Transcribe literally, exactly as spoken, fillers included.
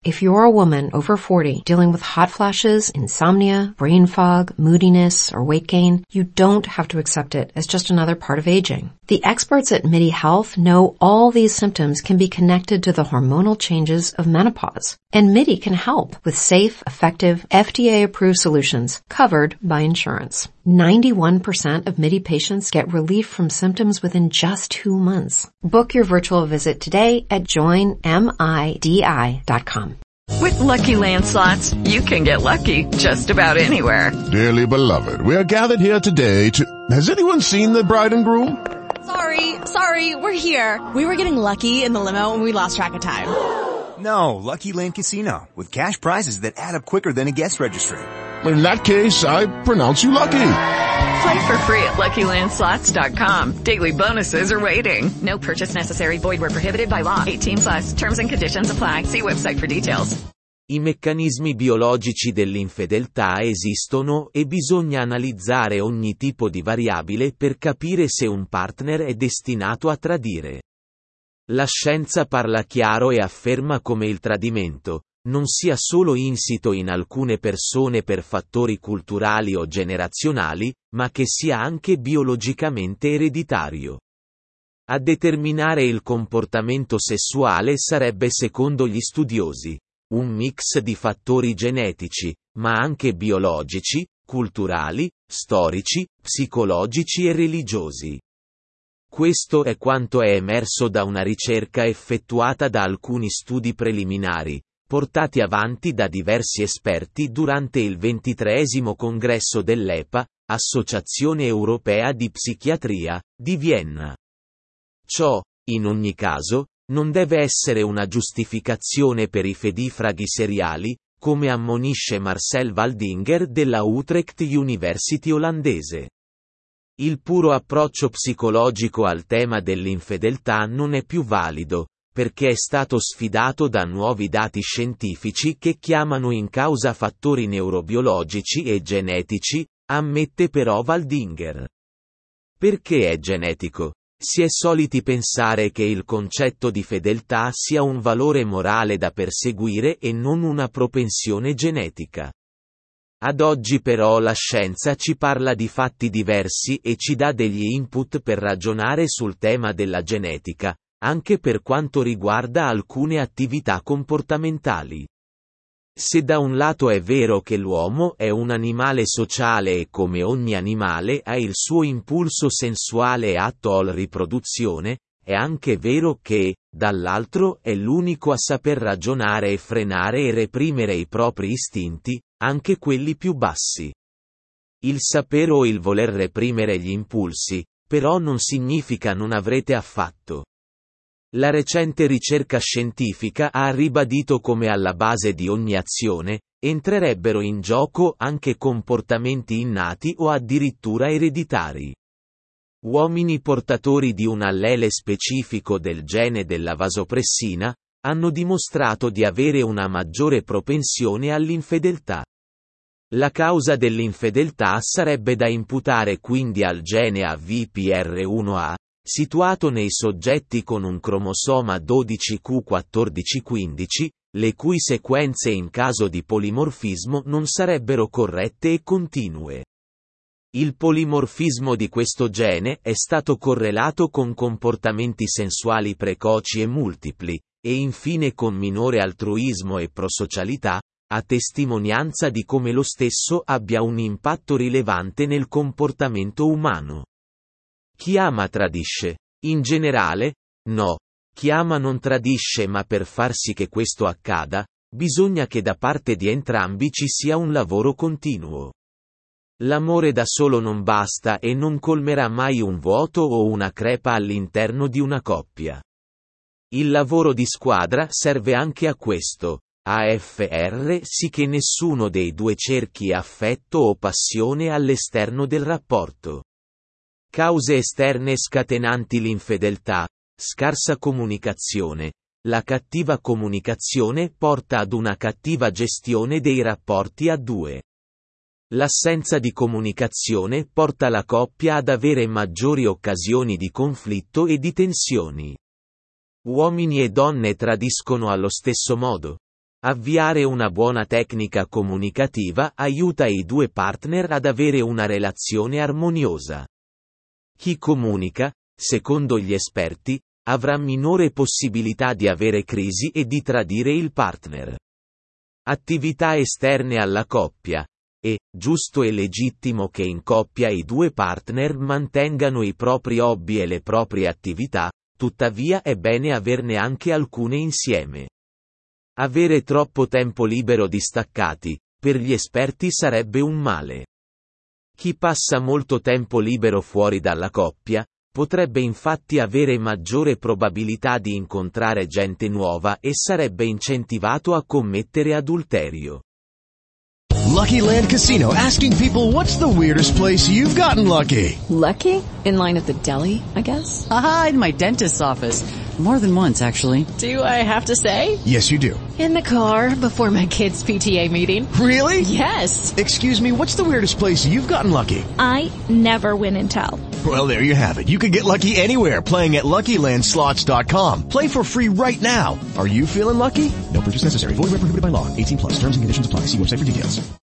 If you're a woman over forty dealing with hot flashes, insomnia, brain fog, moodiness, or weight gain, you don't have to accept it as just another part of aging. The experts at MIDI Health know all these symptoms can be connected to the hormonal changes of menopause. And MIDI can help with safe, effective, F D A-approved solutions covered by insurance. ninety-one percent of MIDI patients get relief from symptoms within just two months. Book your virtual visit today at join midi dot com. With Lucky Land Slots, you can get lucky just about anywhere. Dearly beloved, we are gathered here today to... Has anyone seen the bride and groom? Sorry, sorry, we're here. We were getting lucky in the limo and we lost track of time. No, Lucky Land Casino, with cash prizes that add up quicker than a guest registry. In that case, I pronounce you lucky. Play for free at lucky land slots dot com. Daily bonuses are waiting. No purchase necessary. Void where prohibited by law. eighteen plus. Terms and conditions apply. See website for details. I meccanismi biologici dell'infedeltà esistono e bisogna analizzare ogni tipo di variabile per capire se un partner è destinato a tradire. La scienza parla chiaro e afferma come il tradimento non sia solo insito in alcune persone per fattori culturali o generazionali, ma che sia anche biologicamente ereditario. A determinare il comportamento sessuale sarebbe, secondo gli studiosi, un mix di fattori genetici, ma anche biologici, culturali, storici, psicologici e religiosi. Questo è quanto è emerso da una ricerca effettuata da alcuni studi preliminari, portati avanti da diversi esperti durante il ventitreesimo congresso dell'E P A, Associazione Europea di Psichiatria, di Vienna. Ciò, in ogni caso, non deve essere una giustificazione per i fedifraghi seriali, come ammonisce Marcel Waldinger della Utrecht University olandese. Il puro approccio psicologico al tema dell'infedeltà non è più valido, perché è stato sfidato da nuovi dati scientifici che chiamano in causa fattori neurobiologici e genetici, ammette però Waldinger. Perché è genetico? Si è soliti pensare che il concetto di fedeltà sia un valore morale da perseguire e non una propensione genetica. Ad oggi però la scienza ci parla di fatti diversi e ci dà degli input per ragionare sul tema della genetica, anche per quanto riguarda alcune attività comportamentali. Se da un lato è vero che l'uomo è un animale sociale e come ogni animale ha il suo impulso sensuale atto alla riproduzione, è anche vero che, dall'altro, è l'unico a saper ragionare e frenare e reprimere i propri istinti, anche quelli più bassi. Il sapere o il voler reprimere gli impulsi, però non significa non avrete affatto. La recente ricerca scientifica ha ribadito come alla base di ogni azione entrerebbero in gioco anche comportamenti innati o addirittura ereditari. Uomini portatori di un allele specifico del gene della vasopressina hanno dimostrato di avere una maggiore propensione all'infedeltà. La causa dell'infedeltà sarebbe da imputare quindi al gene A V P R uno A, situato nei soggetti con un cromosoma dodici Q quattordici quindici, le cui sequenze in caso di polimorfismo non sarebbero corrette e continue. Il polimorfismo di questo gene è stato correlato con comportamenti sensuali precoci e multipli, e infine con minore altruismo e prosocialità, a testimonianza di come lo stesso abbia un impatto rilevante nel comportamento umano. Chi ama tradisce? In generale, no. Chi ama non tradisce, ma per far sì che questo accada, bisogna che da parte di entrambi ci sia un lavoro continuo. L'amore da solo non basta e non colmerà mai un vuoto o una crepa all'interno di una coppia. Il lavoro di squadra serve anche a questo, a far sì che nessuno dei due cerchi affetto o passione all'esterno del rapporto. Cause esterne scatenanti l'infedeltà: scarsa comunicazione. La cattiva comunicazione porta ad una cattiva gestione dei rapporti a due. L'assenza di comunicazione porta la coppia ad avere maggiori occasioni di conflitto e di tensioni. Uomini e donne tradiscono allo stesso modo? Avviare una buona tecnica comunicativa aiuta i due partner ad avere una relazione armoniosa. Chi comunica, secondo gli esperti, avrà minore possibilità di avere crisi e di tradire il partner. Attività esterne alla coppia. È giusto e legittimo che in coppia i due partner mantengano i propri hobby e le proprie attività, tuttavia è bene averne anche alcune insieme. Avere troppo tempo libero distaccati, per gli esperti sarebbe un male. Chi passa molto tempo libero fuori dalla coppia, potrebbe infatti avere maggiore probabilità di incontrare gente nuova e sarebbe incentivato a commettere adulterio. Lucky Land Casino, asking people, what's the weirdest place you've gotten lucky? Lucky? In line at the deli, I guess? Aha, in my dentist's office. More than once, actually. Do I have to say? Yes, you do. In the car before my kids' P T A meeting. Really? Yes. Excuse me, what's the weirdest place you've gotten lucky? I never win and tell. Well, there you have it. You can get lucky anywhere, playing at Lucky Land Slots dot com. Play for free right now. Are you feeling lucky? No purchase necessary. Void where prohibited by law. eighteen plus. Terms and conditions apply. See website for details.